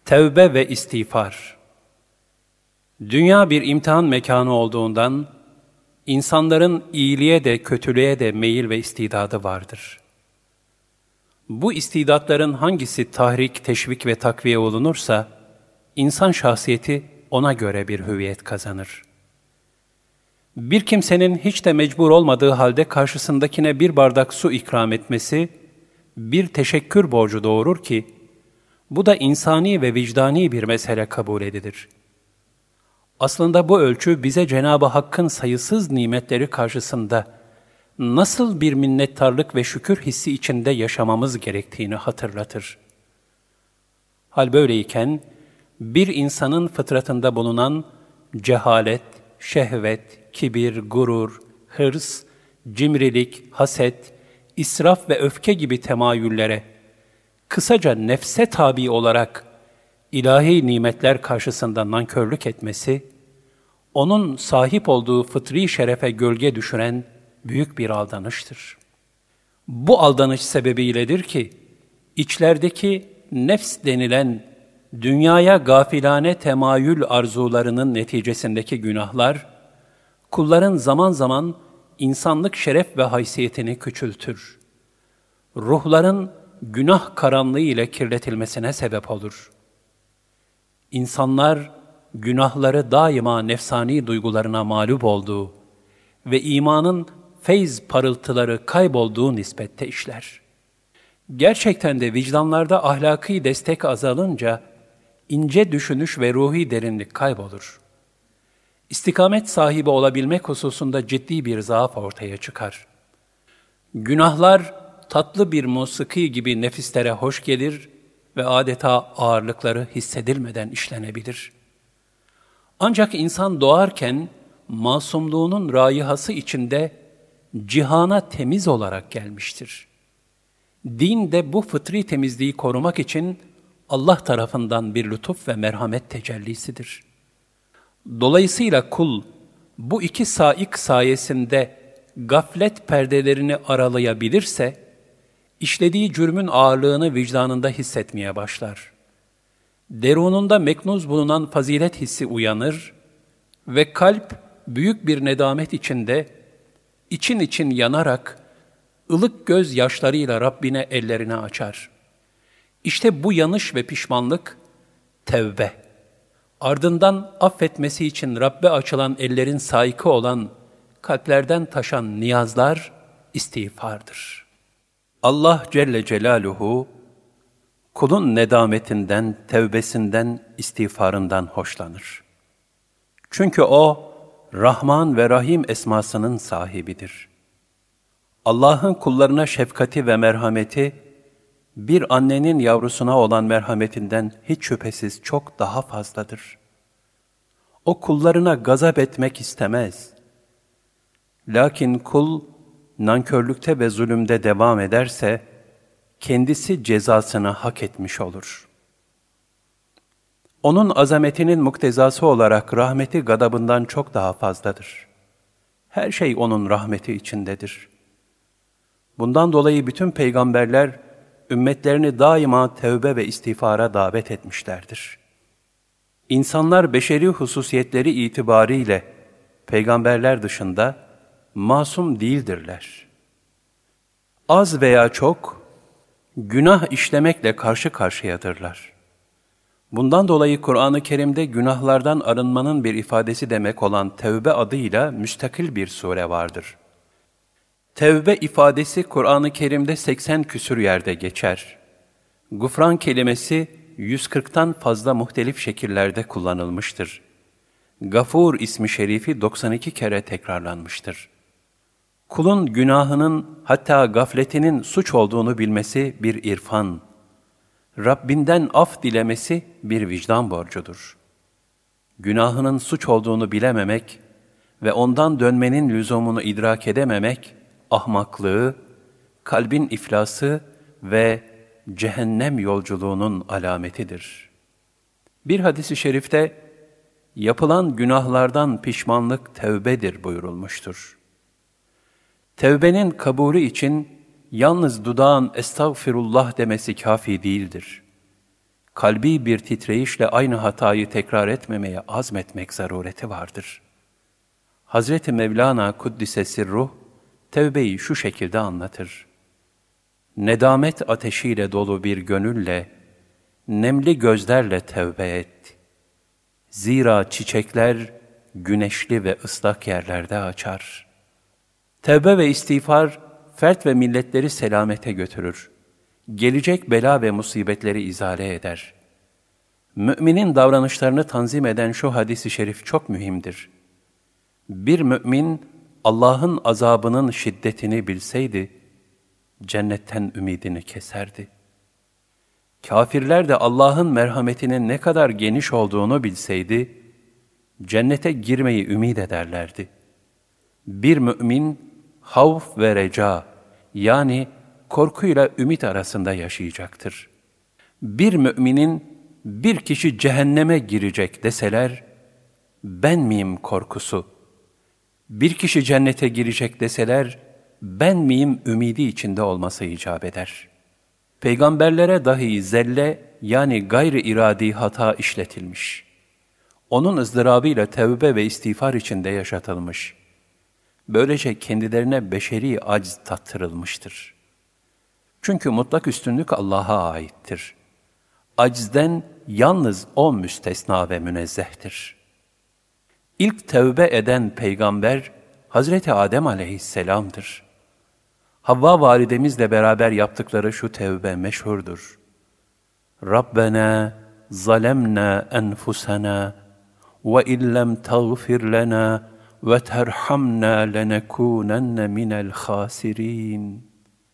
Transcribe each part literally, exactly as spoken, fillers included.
Tevbe ve istiğfar. Dünya bir imtihan mekanı olduğundan, insanların iyiliğe de kötülüğe de meyil ve istidadı vardır. Bu istidatların hangisi tahrik, teşvik ve takviye olunursa, insan şahsiyeti ona göre bir hüviyet kazanır. Bir kimsenin hiç de mecbur olmadığı halde karşısındakine bir bardak su ikram etmesi, bir teşekkür borcu doğurur ki, bu da insani ve vicdani bir mesele kabul edilir. Aslında bu ölçü bize Cenab-ı Hakk'ın sayısız nimetleri karşısında nasıl bir minnettarlık ve şükür hissi içinde yaşamamız gerektiğini hatırlatır. Hal böyleyken, bir insanın fıtratında bulunan cehalet, şehvet, kibir, gurur, hırs, cimrilik, haset, israf ve öfke gibi temayüllere, kısaca nefse tabi olarak ilahi nimetler karşısında nankörlük etmesi, onun sahip olduğu fıtri şerefe gölge düşüren büyük bir aldanıştır. Bu aldanış sebebiyledir ki, içlerdeki nefs denilen dünyaya gafilane temayül arzularının neticesindeki günahlar, kulların zaman zaman insanlık şeref ve haysiyetini küçültür. Ruhların günah karanlığı ile kirletilmesine sebep olur. İnsanlar, günahları daima nefsani duygularına mağlup olduğu ve imanın feyz parıltıları kaybolduğu nispette işler. Gerçekten de vicdanlarda ahlaki destek azalınca, ince düşünüş ve ruhi derinlik kaybolur. İstikamet sahibi olabilmek hususunda ciddi bir zaaf ortaya çıkar. Günahlar tatlı bir musiki gibi nefislere hoş gelir ve adeta ağırlıkları hissedilmeden işlenebilir. Ancak insan doğarken masumluğunun rayihası içinde cihana temiz olarak gelmiştir. Din de bu fıtri temizliği korumak için Allah tarafından bir lütuf ve merhamet tecellisidir. Dolayısıyla kul bu iki saik sayesinde gaflet perdelerini aralayabilirse, işlediği cürmün ağırlığını vicdanında hissetmeye başlar. Derununda meknuz bulunan fazilet hissi uyanır ve kalp büyük bir nedamet içinde, için için yanarak, ılık göz yaşlarıyla Rabbine ellerini açar. İşte bu yanış ve pişmanlık, tevbe. Ardından affetmesi için Rabbe açılan ellerin saykı olan, kalplerden taşan niyazlar, istiğfardır. Allah Celle Celaluhu, kulun nedametinden, tevbesinden, istiğfarından hoşlanır. Çünkü O, Rahman ve Rahim esmasının sahibidir. Allah'ın kullarına şefkati ve merhameti, bir annenin yavrusuna olan merhametinden hiç şüphesiz çok daha fazladır. O kullarına gazap etmek istemez. Lakin kul, nankörlükte ve zulümde devam ederse, kendisi cezasını hak etmiş olur. Onun azametinin muktezası olarak rahmeti gadabından çok daha fazladır. Her şey onun rahmeti içindedir. Bundan dolayı bütün peygamberler, ümmetlerini daima tevbe ve istiğfara davet etmişlerdir. İnsanlar beşeri hususiyetleri itibariyle peygamberler dışında masum değildirler. Az veya çok günah işlemekle karşı karşıyadırlar. Bundan dolayı Kur'an-ı Kerim'de günahlardan arınmanın bir ifadesi demek olan tevbe adıyla müstakil bir sure vardır. Tevbe ifadesi Kur'an-ı Kerim'de seksen küsur yerde geçer. Gufran kelimesi yüz kırktan fazla muhtelif şekillerde kullanılmıştır. Gafur ismi şerifi doksan iki kere tekrarlanmıştır. Kulun günahının hatta gafletinin suç olduğunu bilmesi bir irfan, Rabbinden af dilemesi bir vicdan borcudur. Günahının suç olduğunu bilememek ve ondan dönmenin lüzumunu idrak edememek, ahmaklığı, kalbin iflası ve cehennem yolculuğunun alametidir. Bir hadis-i şerifte, yapılan günahlardan pişmanlık tevbedir buyurulmuştur. Tevbenin kabulü için yalnız dudağın estağfirullah demesi kafi değildir. kalbi bir titreyişle aynı hatayı tekrar etmemeye azmetmek zarureti vardır. Hazreti Mevlana Kuddise Sirruh, tevbeyi şu şekilde anlatır. Nedamet ateşiyle dolu bir gönülle, nemli gözlerle tevbe et. Zira çiçekler güneşli ve ıslak yerlerde açar. Tevbe ve istiğfar, fert ve milletleri selamete götürür. Gelecek bela ve musibetleri izale eder. Müminin davranışlarını tanzim eden şu hadis-i şerif çok mühimdir. Bir mümin, Allah'ın azabının şiddetini bilseydi, cennetten ümidini keserdi. Kafirler de Allah'ın merhametinin ne kadar geniş olduğunu bilseydi, cennete girmeyi ümid ederlerdi. Bir mümin, havf ve reca, yani korkuyla ümit arasında yaşayacaktır. Bir müminin, bir kişi cehenneme girecek deseler, ben miyim korkusu? Bir kişi cennete girecek deseler, ben miyim ümidi içinde olması icap eder. Peygamberlere dahi zelle, yani gayri iradi hata işletilmiş. Onun ızdırabıyla tevbe ve istiğfar içinde yaşatılmış. Böylece kendilerine beşeri acz tattırılmıştır. Çünkü mutlak üstünlük Allah'a aittir. Aczden yalnız O müstesna ve münezzehtir. İlk tevbe eden peygamber Hazreti Adem aleyhisselam'dır. Havva validemizle beraber yaptıkları şu tevbe meşhurdur. Rabbena zalemna enfusena ve illem tağfir lena ve terhamna lenekunenne minel khasirin.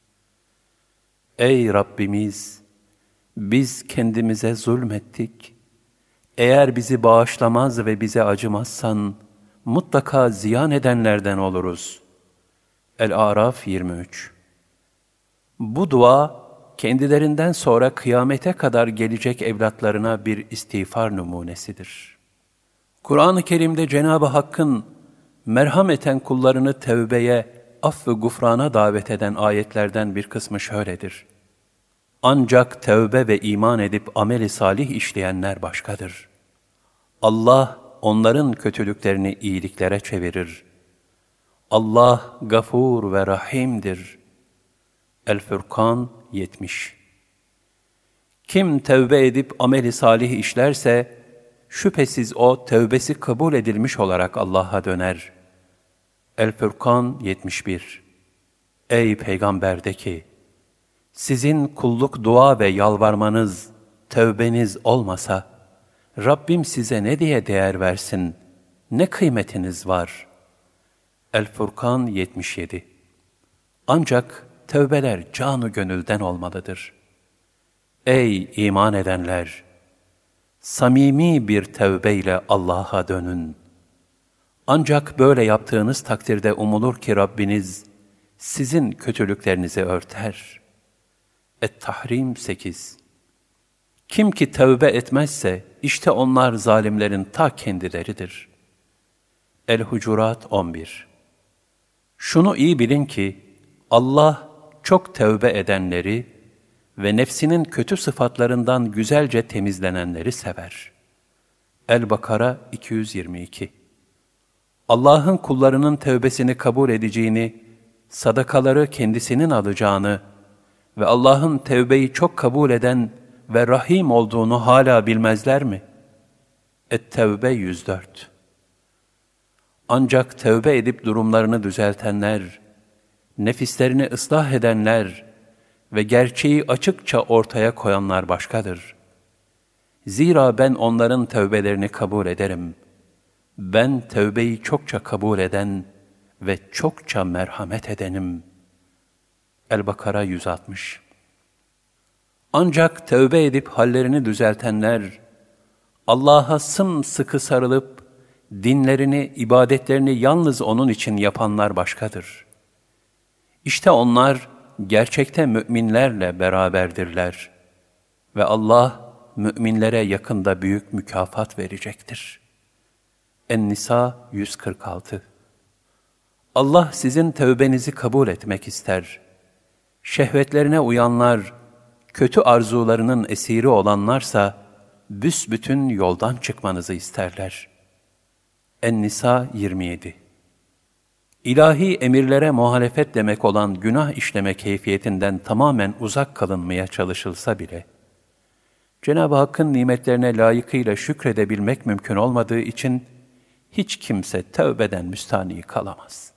Ey Rabbimiz! Biz kendimize zulmettik. Eğer bizi bağışlamaz ve bize acımazsan, mutlaka ziyan edenlerden oluruz. El-Araf yirmi üç. Bu dua, kendilerinden sonra kıyamete kadar gelecek evlatlarına bir istiğfar numunesidir. Kur'an-ı Kerim'de Cenab-ı Hakk'ın merhameten kullarını tevbeye, af ve gufrana davet eden ayetlerden bir kısmı şöyledir. Ancak tevbe ve iman edip amel-i salih işleyenler başkadır. Allah onların kötülüklerini iyiliklere çevirir. Allah gafur ve rahimdir. El-Furkan yetmiş. Kim tevbe edip amel-i salih işlerse, şüphesiz o tevbesi kabul edilmiş olarak Allah'a döner. El-Furkan yetmiş bir. Ey Peygamber de ki, sizin kulluk dua ve yalvarmanız, tövbeniz olmasa, Rabbim size ne diye değer versin, ne kıymetiniz var? El-Furkan yetmiş yedi. Ancak tövbeler canı gönülden olmalıdır. Ey iman edenler! Samimi bir tövbeyle Allah'a dönün. Ancak böyle yaptığınız takdirde umulur ki Rabbiniz sizin kötülüklerinizi örter. Et-Tahrim sekiz. Kim ki tövbe etmezse, işte onlar zalimlerin ta kendileridir. El-Hucurat on bir. Şunu iyi bilin ki, Allah çok tövbe edenleri ve nefsinin kötü sıfatlarından güzelce temizlenenleri sever. El-Bakara iki yüz yirmi iki. Allah'ın kullarının tövbesini kabul edeceğini, sadakaları kendisinin alacağını ve Allah'ın tevbeyi çok kabul eden ve rahim olduğunu hala bilmezler mi? Et-Tevbe yüz dört. Ancak tevbe edip durumlarını düzeltenler, nefislerini ıslah edenler ve gerçeği açıkça ortaya koyanlar başkadır. Zira ben onların tevbelerini kabul ederim. Ben tevbeyi çokça kabul eden ve çokça merhamet edenim. El-Bakara yüz altmış. Ancak tövbe edip hallerini düzeltenler, Allah'a sımsıkı sarılıp, dinlerini, ibadetlerini yalnız O'nun için yapanlar başkadır. İşte onlar gerçekte müminlerle beraberdirler ve Allah müminlere yakında büyük mükafat verecektir. En-Nisa yüz kırk altı. Allah sizin tövbenizi kabul etmek ister. Şehvetlerine uyanlar, kötü arzularının esiri olanlarsa büsbütün yoldan çıkmanızı isterler. En-Nisa yirmi yedi. İlahi emirlere muhalefet demek olan günah işleme keyfiyetinden tamamen uzak kalınmaya çalışılsa bile, Cenab-ı Hakk'ın nimetlerine layıkıyla şükredebilmek mümkün olmadığı için hiç kimse tövbeden müstani kalamaz.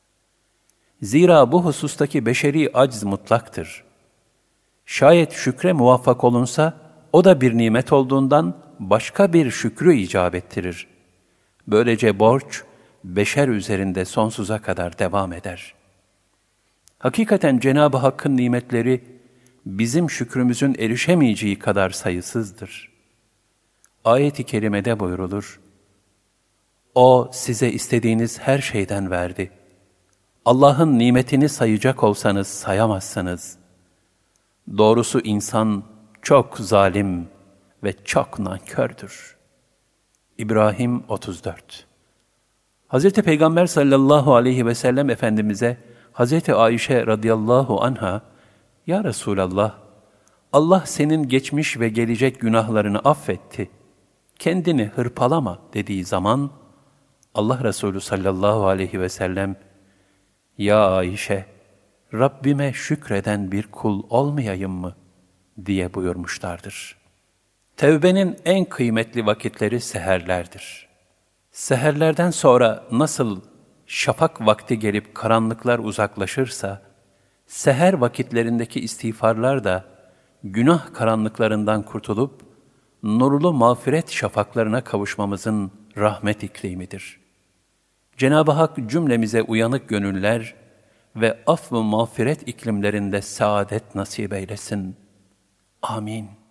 Zira bu husustaki beşeri acz mutlaktır. Şayet şükre muvaffak olunsa, o da bir nimet olduğundan başka bir şükrü icap ettirir. Böylece borç, beşer üzerinde sonsuza kadar devam eder. Hakikaten Cenab-ı Hakk'ın nimetleri, bizim şükrümüzün erişemeyeceği kadar sayısızdır. Ayet-i kerimede buyrulur, O size istediğiniz her şeyden verdi. Allah'ın nimetini sayacak olsanız sayamazsınız. Doğrusu insan çok zalim ve çok nankördür. İbrahim otuz dört. Hazreti Peygamber sallallahu aleyhi ve sellem Efendimiz'e Hazreti Ayşe radıyallahu anha, Ya Resulallah, Allah senin geçmiş ve gelecek günahlarını affetti. Kendini hırpalama dediği zaman, Allah Resulü sallallahu aleyhi ve sellem, Ya Ayşe, Rabbime şükreden bir kul olmayayım mı? diye buyurmuşlardır. Tevbenin en kıymetli vakitleri seherlerdir. Seherlerden sonra nasıl şafak vakti gelip karanlıklar uzaklaşırsa, seher vakitlerindeki istiğfarlar da günah karanlıklarından kurtulup, nurlu mağfiret şafaklarına kavuşmamızın rahmet iklimidir. Cenab-ı Hak cümlemize uyanık gönüller ve af ve mağfiret iklimlerinde saadet nasip eylesin. Amin.